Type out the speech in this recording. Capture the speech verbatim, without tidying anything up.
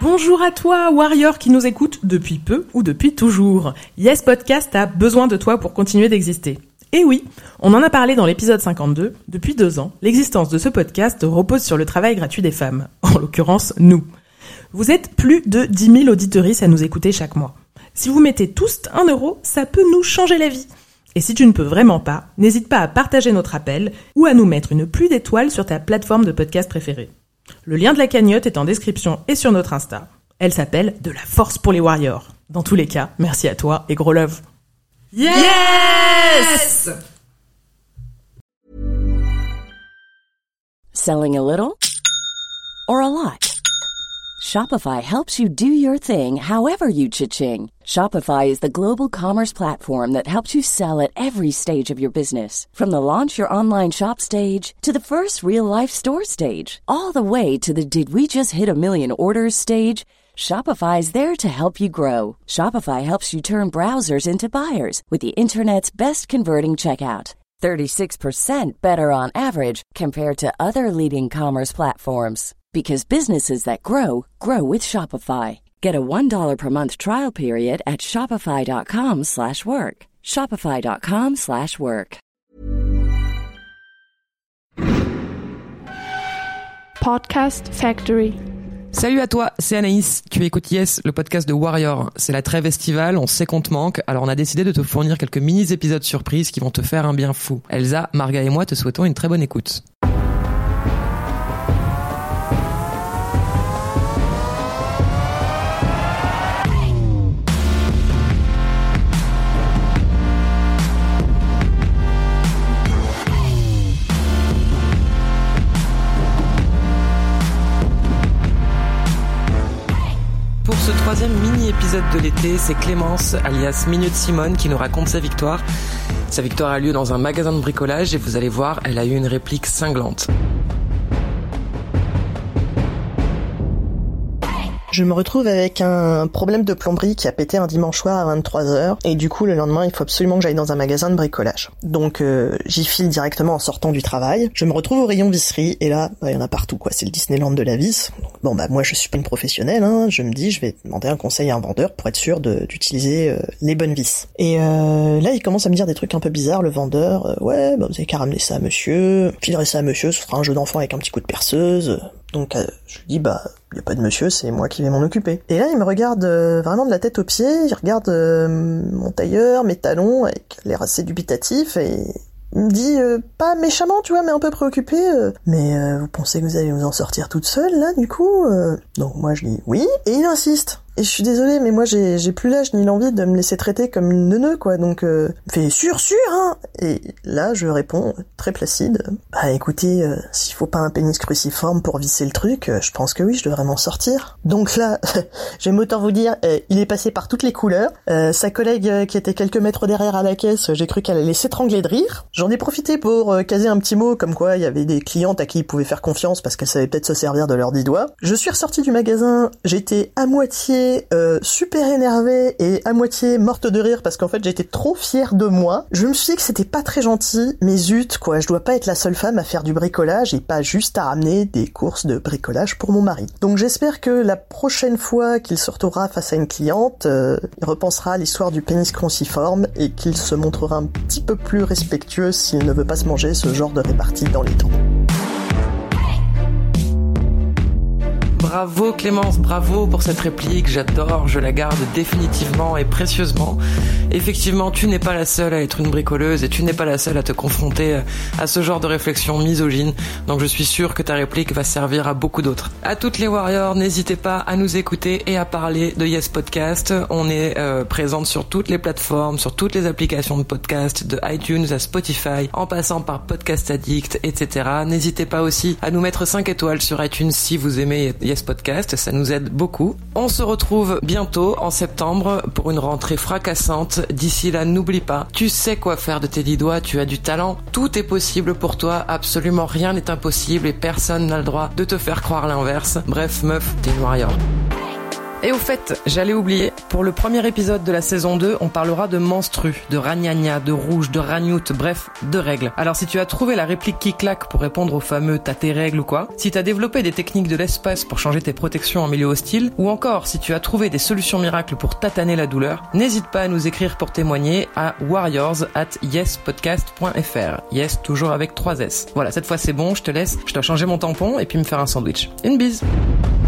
Bonjour à toi, Warrior qui nous écoute depuis peu ou depuis toujours. Yes Podcast a besoin de toi pour continuer d'exister. Et oui, on en a parlé dans l'épisode cinquante-deux, depuis deux ans, l'existence de ce podcast repose sur le travail gratuit des femmes, en l'occurrence nous. Vous êtes plus de dix mille auditeuristes à nous écouter chaque mois. Si vous mettez tous un euro, ça peut nous changer la vie. Et si tu ne peux vraiment pas, n'hésite pas à partager notre appel ou à nous mettre une pluie d'étoiles sur ta plateforme de podcast préférée. Le lien de la cagnotte est en description et sur notre Insta. Elle s'appelle « De la force pour les Warriors ». Dans tous les cas, merci à toi et gros love. Yes! yes! Selling a little or a lot? Shopify helps you do your thing however you cha-ching. Shopify is the global commerce platform that helps you sell at every stage of your business. From the launch your online shop stage to the first real-life store stage, all the way to the did we just hit a million orders stage. Shopify is there to help you grow. Shopify helps you turn browsers into buyers with the internet's best converting checkout. thirty-six percent better on average compared to other leading commerce platforms. Because businesses that grow, grow with Shopify. Get a one dollar per month trial period at shopify.com slash work. Shopify.com slash work. Podcast Factory. Salut à toi, c'est Anaïs. Tu écoutes Yes, le podcast de Warrior. C'est la trêve estivale, on sait qu'on te manque, alors on a décidé de te fournir quelques mini-épisodes surprises qui vont te faire un bien fou. Elsa, Marga et moi te souhaitons une très bonne écoute. Pour ce troisième mini-épisode de l'été, c'est Clémence, alias Minute Simone, qui nous raconte sa victoire. Sa victoire a lieu dans un magasin de bricolage et vous allez voir, elle a eu une réplique cinglante. Je me retrouve avec un problème de plomberie qui a pété un dimanche soir à vingt-trois heures et du coup le lendemain il faut absolument que j'aille dans un magasin de bricolage. Donc euh, j'y file directement en sortant du travail. Je me retrouve au rayon visserie et là il bah, y en a partout quoi, c'est le Disneyland de la vis. Donc, bon bah moi je suis pas une professionnelle, hein. Je me dis je vais demander un conseil à un vendeur pour être sûr de, d'utiliser euh, les bonnes vis. Et euh, là il commence à me dire des trucs un peu bizarres le vendeur. Euh, ouais bah vous avez qu'à ramener ça à monsieur, filerez ça à monsieur, ce sera un jeu d'enfant avec un petit coup de perceuse. Donc euh, je lui dis bah y a pas de monsieur, c'est moi qui vais m'en occuper. Et là il me regarde euh, vraiment de la tête aux pieds, il regarde euh, mon tailleur, mes talons avec l'air assez dubitatif et il me dit euh, pas méchamment tu vois mais un peu préoccupé euh, mais euh, vous pensez que vous allez vous en sortir toute seule là du coup euh... Donc moi je dis oui et il insiste. Et je suis désolée, mais moi j'ai j'ai plus l'âge ni l'envie de me laisser traiter comme une neuneu, quoi. Donc, euh, fait sûr, sûr, hein. Et là, je réponds très placide. Bah, écoutez, euh, s'il faut pas un pénis cruciforme pour visser le truc, euh, je pense que oui, je devrais m'en sortir. Donc là, j'aime autant vous dire, euh, il est passé par toutes les couleurs. Euh, sa collègue euh, qui était quelques mètres derrière à la caisse, j'ai cru qu'elle allait s'étrangler de rire. J'en ai profité pour euh, caser un petit mot comme quoi il y avait des clientes à qui il pouvait faire confiance parce qu'elles savaient peut-être se servir de leurs dix doigts. Je suis ressortie du magasin, j'étais à moitié Euh, super énervée et à moitié morte de rire parce qu'en fait j'étais trop fière de moi. Je me suis dit que c'était pas très gentil, mais zut quoi, je dois pas être la seule femme à faire du bricolage et pas juste à ramener des courses de bricolage pour mon mari. Donc j'espère que la prochaine fois qu'il se retrouvera face à une cliente, euh, il repensera à l'histoire du pénis cruciforme et qu'il se montrera un petit peu plus respectueux s'il ne veut pas se manger ce genre de répartie dans les temps. Bravo Clémence, bravo pour cette réplique, j'adore, je la garde définitivement et précieusement. Effectivement, tu n'es pas la seule à être une bricoleuse et tu n'es pas la seule à te confronter à ce genre de réflexion misogyne, donc je suis sûr que ta réplique va servir à beaucoup d'autres. À toutes les Warriors, n'hésitez pas à nous écouter et à parler de Yes Podcast. On est euh, présente sur toutes les plateformes, sur toutes les applications de podcast, de iTunes à Spotify, en passant par Podcast Addict, et cetera. N'hésitez pas aussi à nous mettre cinq étoiles sur iTunes si vous aimez Yes Podcast, ça nous aide beaucoup. On se retrouve bientôt en septembre pour une rentrée fracassante. D'ici là, n'oublie pas, tu sais quoi faire de tes dix doigts, tu as du talent, tout est possible pour toi, absolument rien n'est impossible et personne n'a le droit de te faire croire l'inverse. Bref, meuf, t'es une warrior. Et au fait, j'allais oublier, pour le premier épisode de la saison deux, on parlera de menstru, de ragnagna, de rouge, de ragnout, bref, de règles. Alors si tu as trouvé la réplique qui claque pour répondre au fameux t'as tes règles ou quoi, si t'as développé des techniques de l'espace pour changer tes protections en milieu hostile, ou encore si tu as trouvé des solutions miracles pour tataner la douleur, n'hésite pas à nous écrire pour témoigner à warriors at yespodcast point f r. Yes, toujours avec trois S. Voilà, cette fois c'est bon, je te laisse, je dois changer mon tampon et puis me faire un sandwich. Une bise.